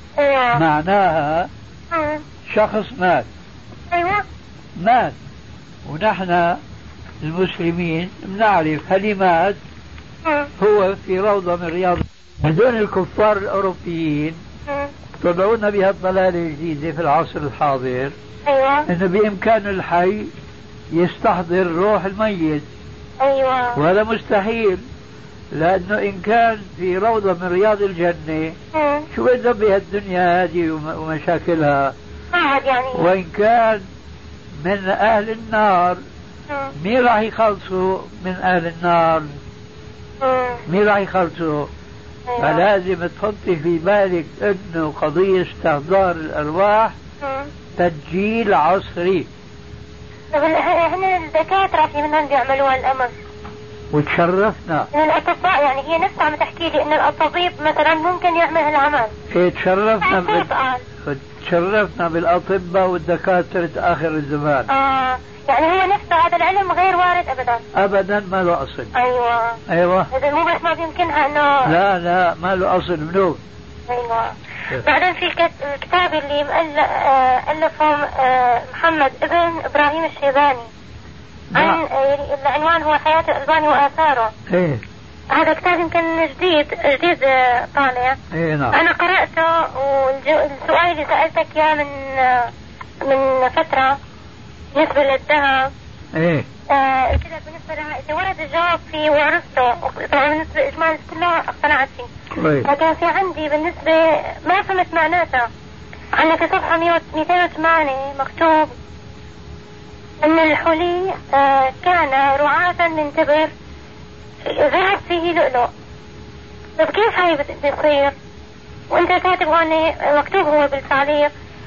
معناها شخص مات. أيوة مات، ونحن المسلمين بنعرف هل مات هو في روضة من رياض. هذول الكفار الأوروبيين طلعونا بها الضلالة الجديدة في العصر الحاضر. أيوة. إنه بإمكان الحي يستحضر روح الميت. أيوة. وهذا مستحيل، لأنه إن كان في روضة من رياض الجنة شو بدنا بها الدنيا هذه ومشاكلها؟ يعني وإن كان من أهل النار مين راح يخلصوا من أهل النار؟ مين راح يخلصوا؟ فلازم تحطي في بالك أنه قضية استحضار الأرواح تسجيل عصري. احنا الدكاترة في منهم بيعملوا الأمر وتشرفنا من الأطباء، يعني هي نفسها عم تحكي لي إن الطبيب مثلا ممكن يعمل هالعمل. تشرفنا بالأطباء والدكاترة آخر الزمان. يعني هو نفسه هذا العلم غير وارد أبدا. أبدا ما له أصل. أيوة. إذا مو بس ما بيمكنها إنه لا ما له أصل منو. أيوة. بعدين في الكتاب اللي ألفه محمد ابن إبراهيم الشيباني عن العنوان هو حياة الألباني وآثاره. هذا كتاب يمكن جديد طالع. نعم. أنا قرأته، والسؤال اللي سألتك إياه من فترة بالنسبة للذهب كده بالنسبة لها إذا ورد الجواب فيه وعرفته، طبعا بالنسبة لإجمال كلها اقتنعت فيه. لكن في عندي بالنسبة ما فهمت معناتها. عندك صفحة 208 مكتوب أن الحلي كان رعاة من تبر ذهب فيه لؤلؤ. طيب كيف هاي بتصير وانت كاتب هون مكتوب هو بالتعليق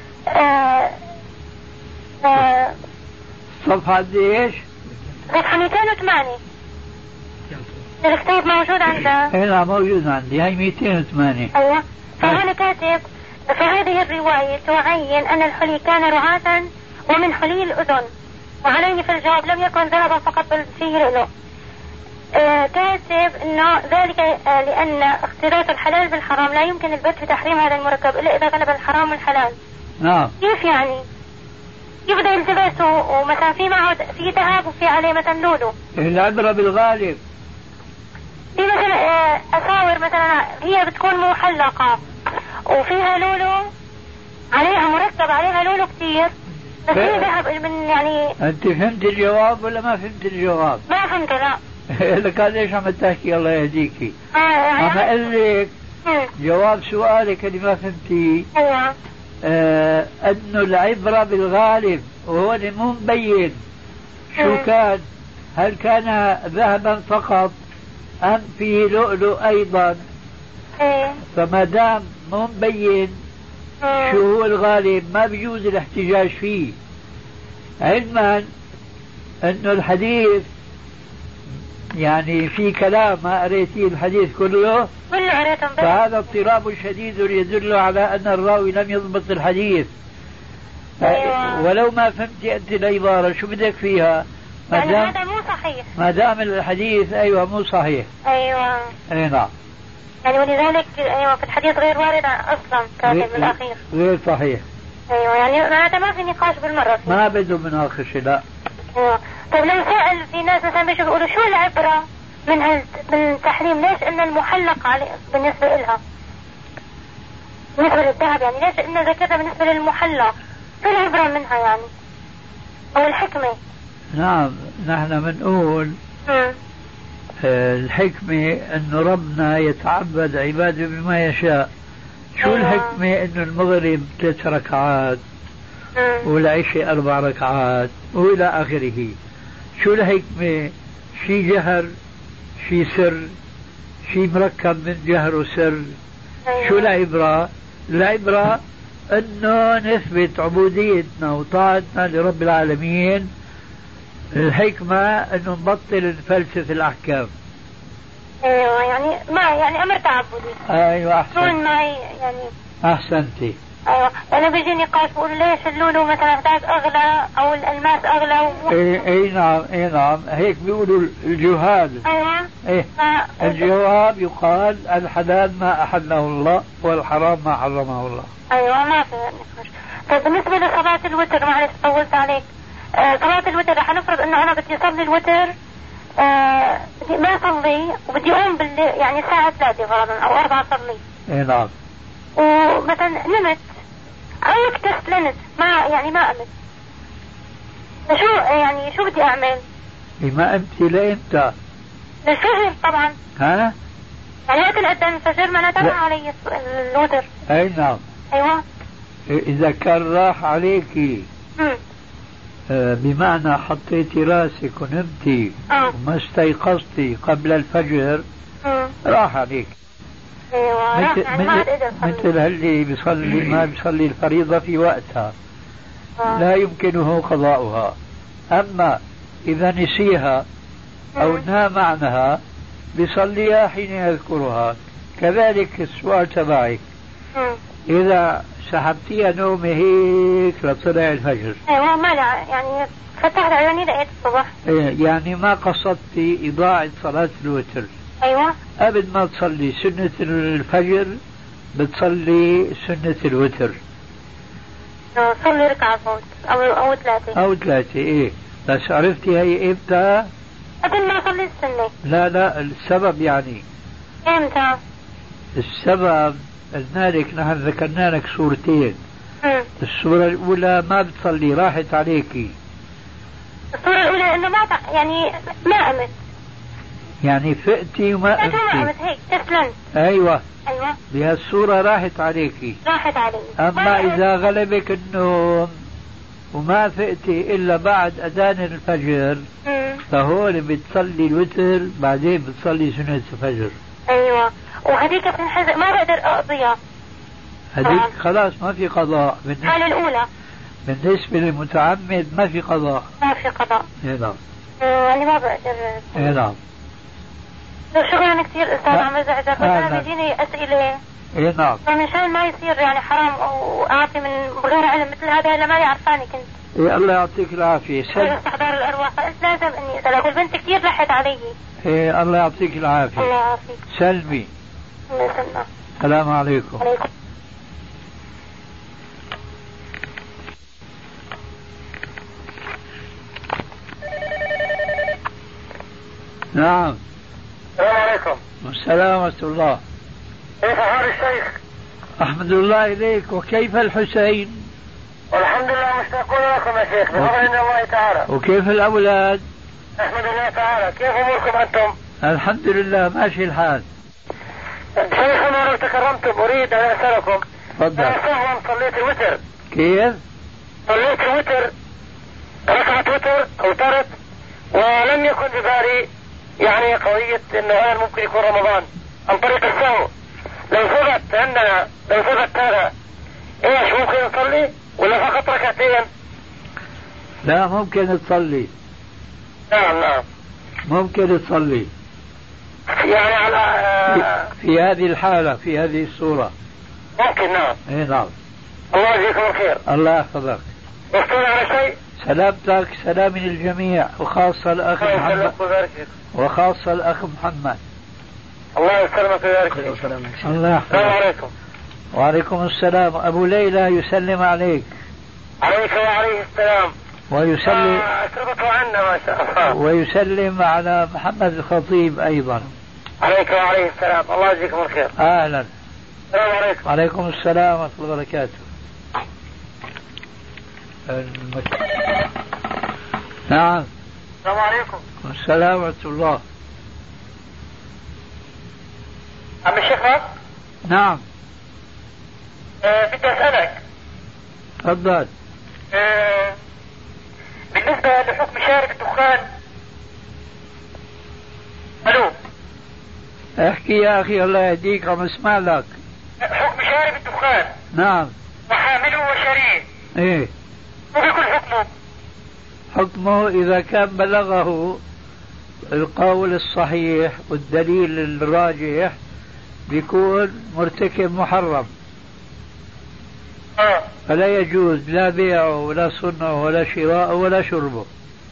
صفحة ايش؟ صفحة 208 الكتاب موجود عندك؟ لا موجود عندي، هاي 208. ايوه. فهنا كاتب فهذه الرواية تعين أن الحلي كان رعاة ومن حلي الأذن، وعليه في الجواب لم يكن ذهبا فقط بل فيه لؤلؤ. كاتب انه ذلك لان اختلاط الحلال بالحرام لا يمكن البت في تحريم هذا المركب الا اذا غلب الحرام والحلال. نعم. كيف يعني؟ يبدأ يلتبسوا ومثلا في معه في ذهب وفي عليه مثلا لولو. العبرة بالغالب. في مثلا أساور مثلا هي بتكون محلقة وفيها لولو عليها مركب عليها لولو كتير بس هي ذهب من يعني. أنت فهمت الجواب ولا ما فهمت الجواب؟ ما فهمت لا. لك ليش عم تحكي الله يهديكي؟ عم أقول لك جواب سؤالك اللي ما فهمتيه. أيوة. أنه العبرة بالغالب وهو مو مبين شو كان، هل كان ذهبا فقط أم فيه لؤلؤ أيضا؟ فما دام مو مبين شو هو الغالب ما بيجوز الاحتجاج فيه، علما أنه الحديث يعني في كلام ما قريتيه الحديث كله فهذا اضطراب شديد يدل على أن الراوي لم يضبط الحديث. أيوة. ولو ما فهمت أنت العبارة شو بدك فيها هذا مو صحيح ما دام الحديث أيوة مو صحيح. أيوة أي نعم. يعني ولذلك أيوة في الحديث غير وارد أصلا كاتب بالأخير غير صحيح. أيوة يعني هذا ما في نقاش بالمرة فيه. ما بده مناقشة لا. أيوة. طيب لو سأل في ناس مثلا بيجوا بيقولوا شو العبرة من تحريم ليش إن المحلق عليه بالنسبة إلها بالنسبة للذهب يعني ليش إن ذكرها بالنسبة للمحلق شو العبرة منها يعني أو الحكمة؟ نعم نحن بنقول الحكمة أنه ربنا يتعبد عباده بما يشاء. شو الحكمة أنه المغرب 3 ركعات والعشاء 4 ركعات وإلى آخره. شو الحكمة؟ شي جهر شي سر شي مركب من جهر وسر. شو العبرة؟ العبرة أنه نثبت عبوديتنا وطاعتنا لرب العالمين. الحكمة أنه نبطل نفلسف الأحكام. أيوة يعني ما يعني أمر تعبدي. أيوة أحسنت. ما يعني أحسنتي. أيوة أنا بيجي نقاش بقول ليش اللولو مثلا هذاك أغلى أو الألماس أغلى أي نعم أي نعم هيك بيقولوا الجهال. أيوة. إيه الجواب يقال الحلال ما أحله الله والحرام ما حرمه الله. أيوة ما في نقاش. طيب بالنسبة لصلاة الوتر معلش طولت عليك. صلاة الوتر رح نفرض إنه أنا بدي أصلي الوتر بدي ما أصلي وبدي أقوم يعني الساعة 3 فرضا أو 4 أصلي. إيه نعم. ومثلا نمت أو اكتسلنت ما يعني ما قمت شو يعني شو بدي أعمل؟ ما قمتي لإمتى؟ للفجر طبعا. ها؟ يعني وقت الأذان الفجر ما تبع علي الوتر. أي نعم. أيوة. إذا كان راح عليكي بمعنى حطيتي راسك ونمتي وما استيقظتي قبل الفجر راح عليك. أيوة. مثل اللي بيصلي ما بيصلي الفريضة في وقتها لا يمكنه قضاؤها. أما إذا نسيها أو نام عنها بيصليها حين يذكرها. كذلك السؤال تبعك إذا سحبتيها نومي هيك لطلع الفجر. أيوة ما يعني فتحت عيوني لقيت الصبح. يعني ما قصدتي إضاعة صلاة الوتر. أيوة. قبل ما تصلي سنة الفجر بتصلي سنة الوتر. صلي ركعة فوت أو 3. أو 3 إيه بس عرفتي هي إمتى؟ قبل ما أصلي السنة. لا السبب يعني إمتى؟ السبب قلنا لك نحن ذكرنا لك صورتين. الصورة الأولى ما بتصلي راحت عليكي. الصورة الأولى إنه ما يعني ما قمت. يعني فقتي وما قمتي. ما قمت هيك تسلم. أيوة. أيوة. بهالصورة راحت عليكي. راحت علي. أما إذا غلبك النوم وما فقتي إلا بعد أذان الفجر فهون بتصلي الوتر بعدين بتصلي سنة الفجر. أيوة. وهذيك بتنحزق ما بقدر أقضيها. هذيك خلاص ما في قضاء. الحالة الأولى بالنسبة للمتعمد ما في قضاء. ما في قضاء. نعم. يعني ما بقدر. نعم. شكرا كثير أستاذ عمر زعزع. بس بيجيني أسئلة. نعم. فمشان ما يصير يعني حرام أو أعطي من غير علم مثل هذا اللي ما يعرفاني كنت. الله يعطيك العافية. استحضار الأرواح فقلت لازم إني أسألك والبنت كثير لحت علي. الله يعطيك العافية. الله يعافيك. سلمي. الله يسلمك. السلام عليكم. عليكم. نعم. السلام عليكم. والسلام ورحمة الله. كيف حال الشيخ؟ أحمد الله إليك. وكيف الحسين؟ والحمد لله مشتاقون لكم يا شيخ بفضل الله تعالى. وكيف الأولاد؟ أحمد الله تعالى. كيف أموركم أنتم؟ الحمد لله ماشي الحال. شيخنا لو تكرمتم أريد أن أسألكم. تفضل. أنا سهوا صليت الوتر. كيف؟ صليت الوتر ركعة وتر أو ترك ولم يكن ببالي يعني قضية إنه الآن ممكن يكون رمضان عن طريق السهو. لو ثبت هذا إيش ممكن نصلي ولا فقط ركعتين؟ لا ممكن تصلي. نعم ممكن تصلي يعني على في هذه الحالة في هذه الصورة ممكن. نعم. اي نعم. الله يجزيكم الخير. الله يحفظك. وصلنا على شيء؟ سلامتك سلام للجميع وخاصة الأخ محمد وخاصة الأخ محمد. الله يسلمك ويبارك فيك. الله يحفظك. السلام عليكم. وعليكم السلام. أبو ليلى يسلم عليك. عليك وعليه السلام. ويسلم أسرته عنا ما شاء الله. ويسلم على محمد الخطيب أيضا. عليك وعليه السلام. الله يجزيكم الخير. أهلا. السلام عليكم. وعليكم السلام ورحمة الله وبركاته. نعم. السلام عليكم. السلام ورحمة الله. عم الشيخ. نعم. بدي أسألك. تفضل. بالنسبة لحكم شارب الدخان. ألو. احكي يا أخي الله يهديك عم اسمع لك. حكم شارب الدخان. نعم. وحامله وشريه. ايه. وبيكون حكمه. حكمه إذا كان بلغه القول الصحيح والدليل الراجح بيكون مرتكب محرم. فلا يجوز لا بيعه ولا صنعه ولا شراءه ولا شربه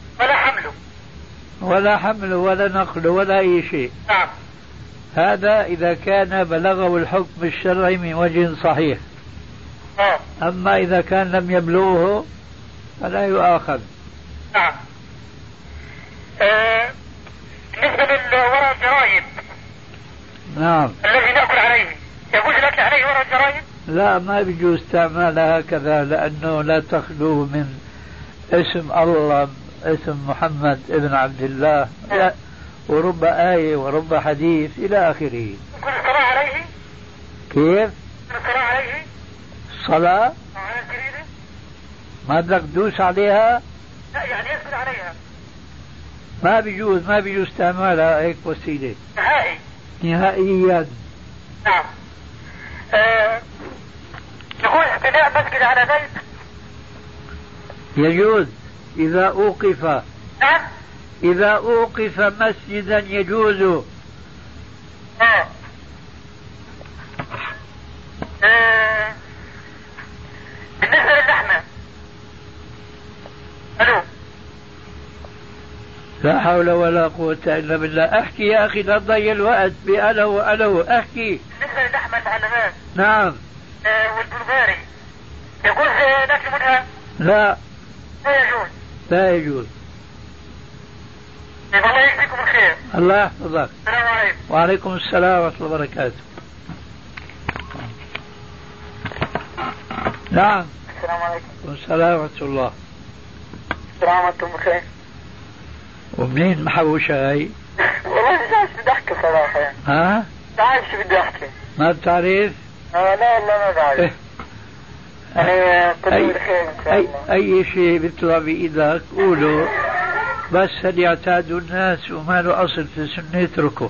ولا حمله ولا نقله ولا أي شيء. نعم. هذا إذا كان بلغه الحكم الشرعي من وجه صحيح. أما إذا كان لم يبلغه فلا يؤاخذ. نعم. بالنسبة للورق الجرايد. نعم. الذي نأكل عليه يجوز الأكل عليه ورق الجرايد؟ لا ما بيجوز استعمالها هكذا لأنه لا تخلو من اسم الله اسم محمد ابن عبد الله ورب آية ورب حديث إلى آخره. كل الصلاة عليه؟ كيف؟ كل الصلاة عليه؟ الصلاة؟ ما بدك تدوس عليها؟ لا يعني يسأل عليها. ما بيجوز استعمالها هيك وسيلة نهائيا. نعم. يقول اعتداء مسجد على بيت يجوز إذا أوقف. نعم. إذا أوقف مسجدا يجوز. بالنسبة للحمة. ألو. لا حول ولا قوة إلا بالله. أحكي يا أخي لا تضيع الوقت بألو أحكي. بالنسبة للحمة المعلمات. نعم. والبلغاري يجوز ناكل منها؟ لا لا يجوز. الله يجزيكم الخير. الله يحفظك. السلام عليكم. وعليكم السلام ورحمة الله وبركاته. نعم. السلام عليكم. والسلام ورحمة الله. السلام عليكم بخير. ومنين محوشة هاي؟ والله مش عارف بدي احكي صراحة يعني. ها؟ مش عارف شو بدي احكي. ما بتعرف؟ لا ما بعرف. يعني كل بخير ان شاء الله. اي شيء بيطلع بايدك قوله بس هل يعتادوا الناس وما له اصل في السنة اتركه.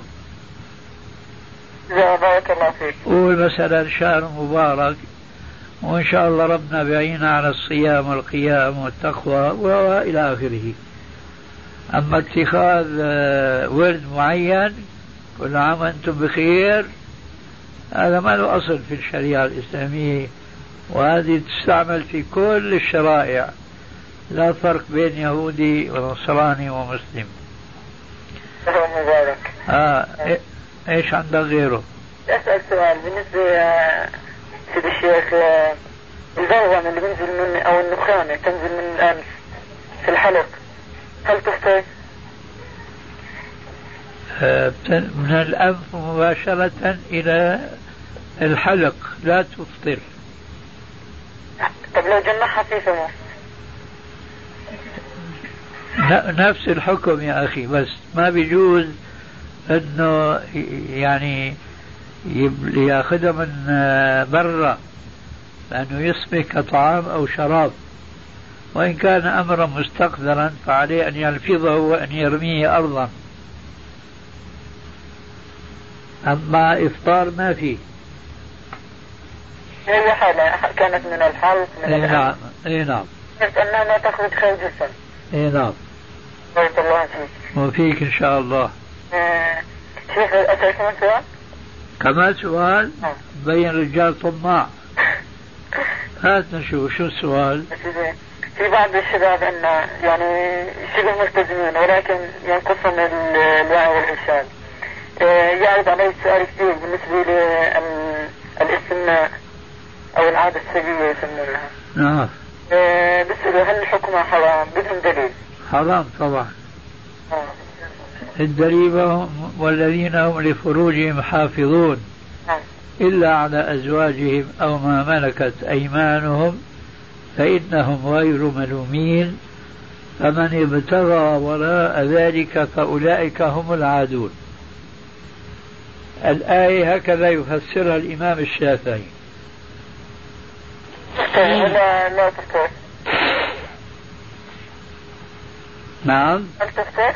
بارك الله فيك. قول مثلا شهر مبارك وان شاء الله ربنا بيعينا على الصيام والقيام والتقوى والى اخره. اما اتخاذ ورد معين كل عام انتم بخير هذا ما له اصل في الشريعة الاسلامية وهذه تستعمل في كل الشرائع لا فرق بين يهودي ونصراني ومسلم. مبارك. ايش عندك غيره؟ اسأل سؤال بالنسبة سيد الشيخ البوغم اللي بينزل من او النخامة تنزل من الانف في الحلق هل تفطر؟ من الأنف مباشرة إلى الحلق، لا تفطر. طب لو جمعها في فمه؟ نفس الحكم يا أخي، بس ما بيجوز أنه يعني يأخذها من برا لأنه يصبح كطعام أو شراب، وإن كان أمرا مستقذرا فعليه أن يلفظه وأن يرميه أرضا. أما إفطار ما فيه. هي حالة كانت من الحلق من نعم. اي نعم. بس أنها ما تخرج خارج الفم. اي نعم. بارك الله فيك. وفيك إن شاء الله. شيخ أسأل كمان سؤال؟ كمان سؤال؟ بين رجال طماع. هات نشوف شو السؤال. في بعض الشباب عندنا يعني شبه ملتزمين ولكن ينقصهم الوعي والإرشاد. يعرض عليه سؤال كثير بالنسبة للاستمناء أو العادة السرية يسمونها. نعم. بس هل حكمها حرام بدون دليل؟ حرام طبعا. الدليل والذين هم لفروجهم حافظون إلا على أزواجهم أو ما ملكت أيمانهم فإنهم غير ملومين فمن ابتغى وراء ذلك فأولئك هم العادون. الآية هكذا يفسرها الإمام الشافعي. لا تفطر. نعم. هل تفطر؟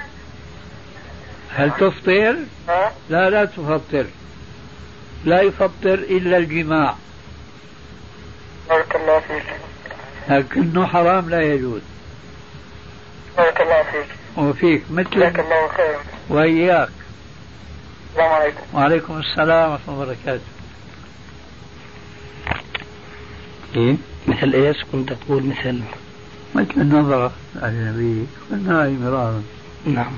هل تفطر؟ لا تفطر. لا يفطر إلا الجماع. بارك الله فيك. لكنه حرام لا يجوز. بارك الله فيك. وفيك مثل. جزاك الله خيرا. وإياك. السلام عليكم. وعليكم السلام ورحمة الله وبركاته. إيه؟ مثل إيش كنت تقول؟ مثل النظرة الأجنبية قلنا مرارا. نعم.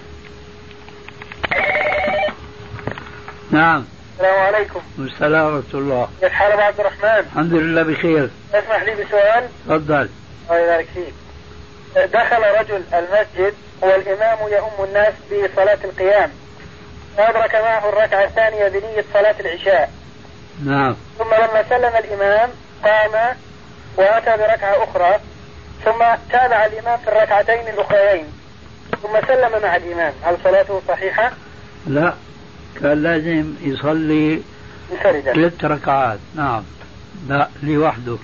نعم. السلام عليكم. السلام ورحمة الله. كيف حالك عبد الرحمن؟ الحمد لله بخير. اسمح لي بسؤال. تفضل. الله يبارك فيك. دخل رجل المسجد والإمام يؤم الناس بصلاة القيام وأدرك معه الركعة الثانية بنية صلاة العشاء. نعم. ثم لما سلم الإمام قام وأتى بركعة أخرى ثم تابع الإمام في الركعتين الأخرين ثم سلم مع الإمام، هل صلاته صحيحة؟ لا، كان لازم يصلي منفردا 3 ركعات. نعم. لا لوحده.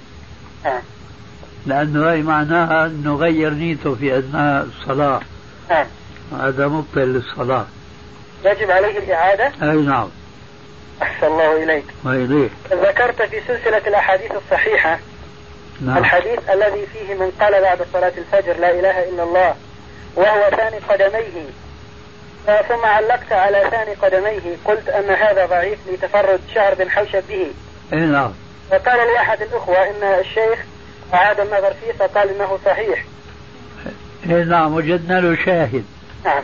لأنه هي معناها أنه غير نيته في أثناء الصلاة. هذا مبطل للصلاة. يجب عليه الإعادة؟ أي نعم. أحسن الله إليك. وإليك. ذكرت في سلسلة الأحاديث الصحيحة الحديث الذي فيه من قال بعد صلاة الفجر لا إله إلا الله وهو ثاني قدميه ثم علقت على ثاني قدميه قلت أن هذا ضعيف لتفرد شهر بن حوشب به. نعم. وقال لي أحد الأخوة إن الشيخ أعاد النظر فيه فقال إنه صحيح. نعم وجدنا له شاهد. نعم.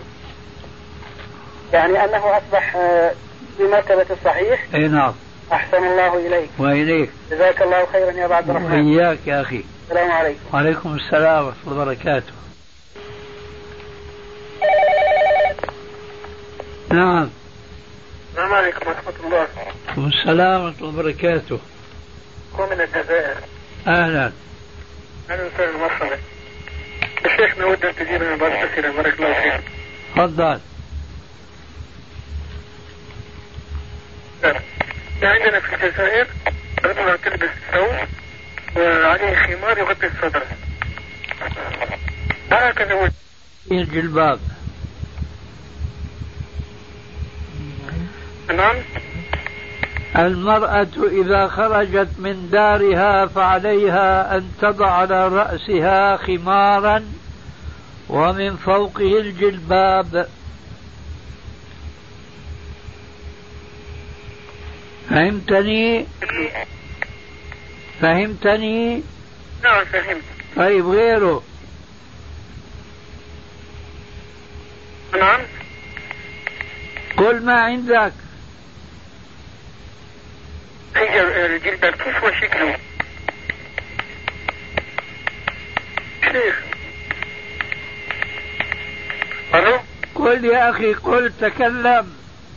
يعني أنه أصبح بمرتبة الصحيح. نعم. أحسن الله إليك. وإليك. جزاك الله خيرا يا عبد الرحمن. وإياك يا أخي. السلام عليكم. وعليكم السلام ورحمة الله وبركاته. نعم. السلام عليكم ورحمة الله. وعليكم السلام ورحمة الله وبركاته. هو من الجزائر. أهلا. أهلا وسهلا مرحبا. الشيخ نود أن تجيبنا بعض الأسئلة بارك الله فيك. تفضل. عندنا في الجزائر رجل تلبس ثوب وعليه خمار يغطي الصدر هكذا هو الجلباب. نعم. المرأة إذا خرجت من دارها فعليها أن تضع على رأسها خمارا ومن فوقه الجلباب. فهمتني؟ نعم فهمت. طيب غيره؟ نعم. قل ما عندك. الجلباب كيف هو شكله؟ شيخ. ألو؟ قل قل يا أخي قل تكلم.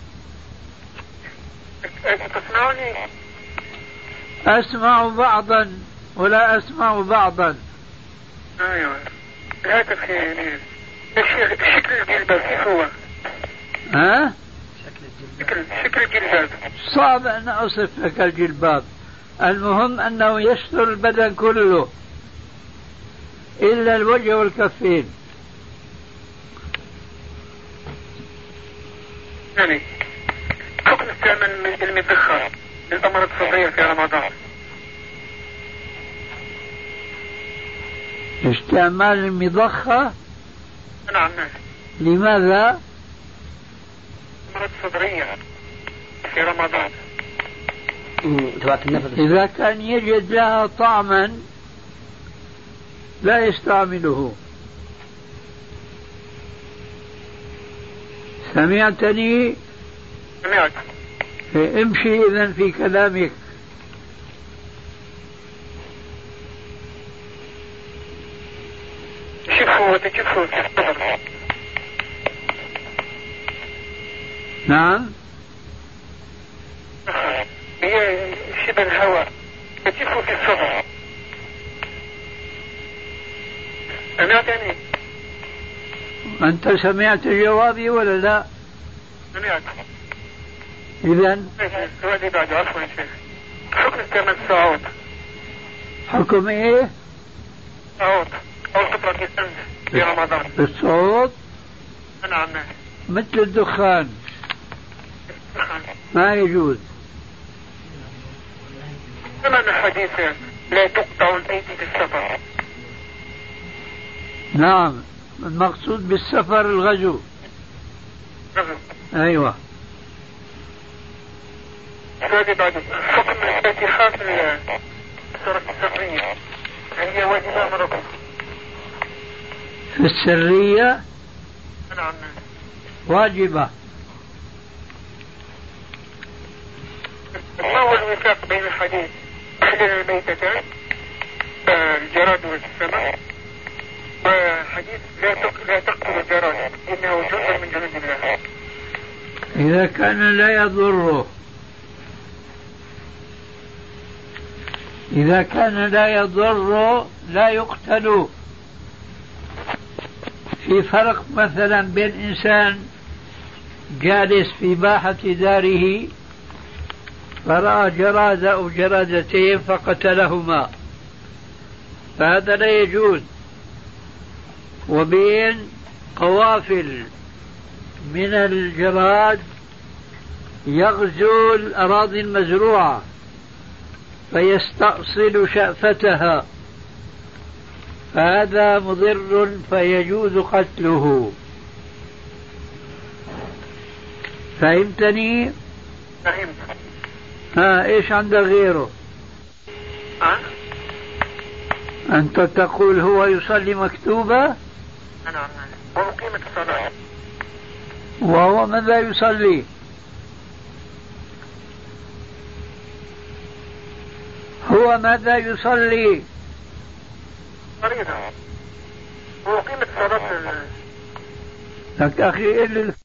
تسمعني؟ أسمع بعضا ولا أسمع بعضا. أيوة الهاتف يعني شكل الجلباب كيف هو؟ ها؟ شكل الجلباب صعب أن أصف لك الجلباب. المهم أنه يستر البدن كله إلا الوجه والكفين. يعني حكم استعمال المدخن للأمراض الصدرية في رمضان. استعمال المضخة؟ نعم. لماذا؟ أمراض صدرية في رمضان. إذا كان يجد لها طعما لا يستعمله. سمعتني؟ سمعت. امشي إذن في كلامك. شوفوا نعم. هي شبه الهواء تشوفوا في الصدر. سمعتني؟ أنت سمعت جوابي ولا لا؟ سمعت. إذن سؤالي بعد عفوا يا شيخ. حكم استعمال الصعود. حكم إيه؟ صعود أو قطرة الأنف في رمضان. الصوت؟ نعم. مثل الدخان ما يجوز. سمعنا حديثا لا تقطع الأيدي في السفر. نعم المقصود بالسفر الغزو. أيوة. هذه بعد حكم الفاتحة في السورة السرية هي واجبة مرة في السرية؟ نعم واجبة. ما هو الوفاق بين الحديث إحدى الميتتين الجراد والسماء وحديث لا تقتل الجراد إنه جزء من جنود الله؟ إذا كان لا يضره، إذا كان لا يضر لا يقتل. في فرق مثلا بين إنسان جالس في باحة داره فرأى جرادة أو جرادتين فقتلهما، فهذا لا يجوز، وبين قوافل من الجراد يغزو الأراضي المزروعة فيستأصل شأفتها، فهذا مضر فيجوز قتله. فهمتني؟ فهمت. ايش عندك غيره؟ أنت تقول هو يصلي مكتوبة؟ نعم. ومقيمة الصلاة. وهو ماذا يصلي؟ هو ماذا يصلي؟ فريضة. ومقيمة الصلاة. لك أخي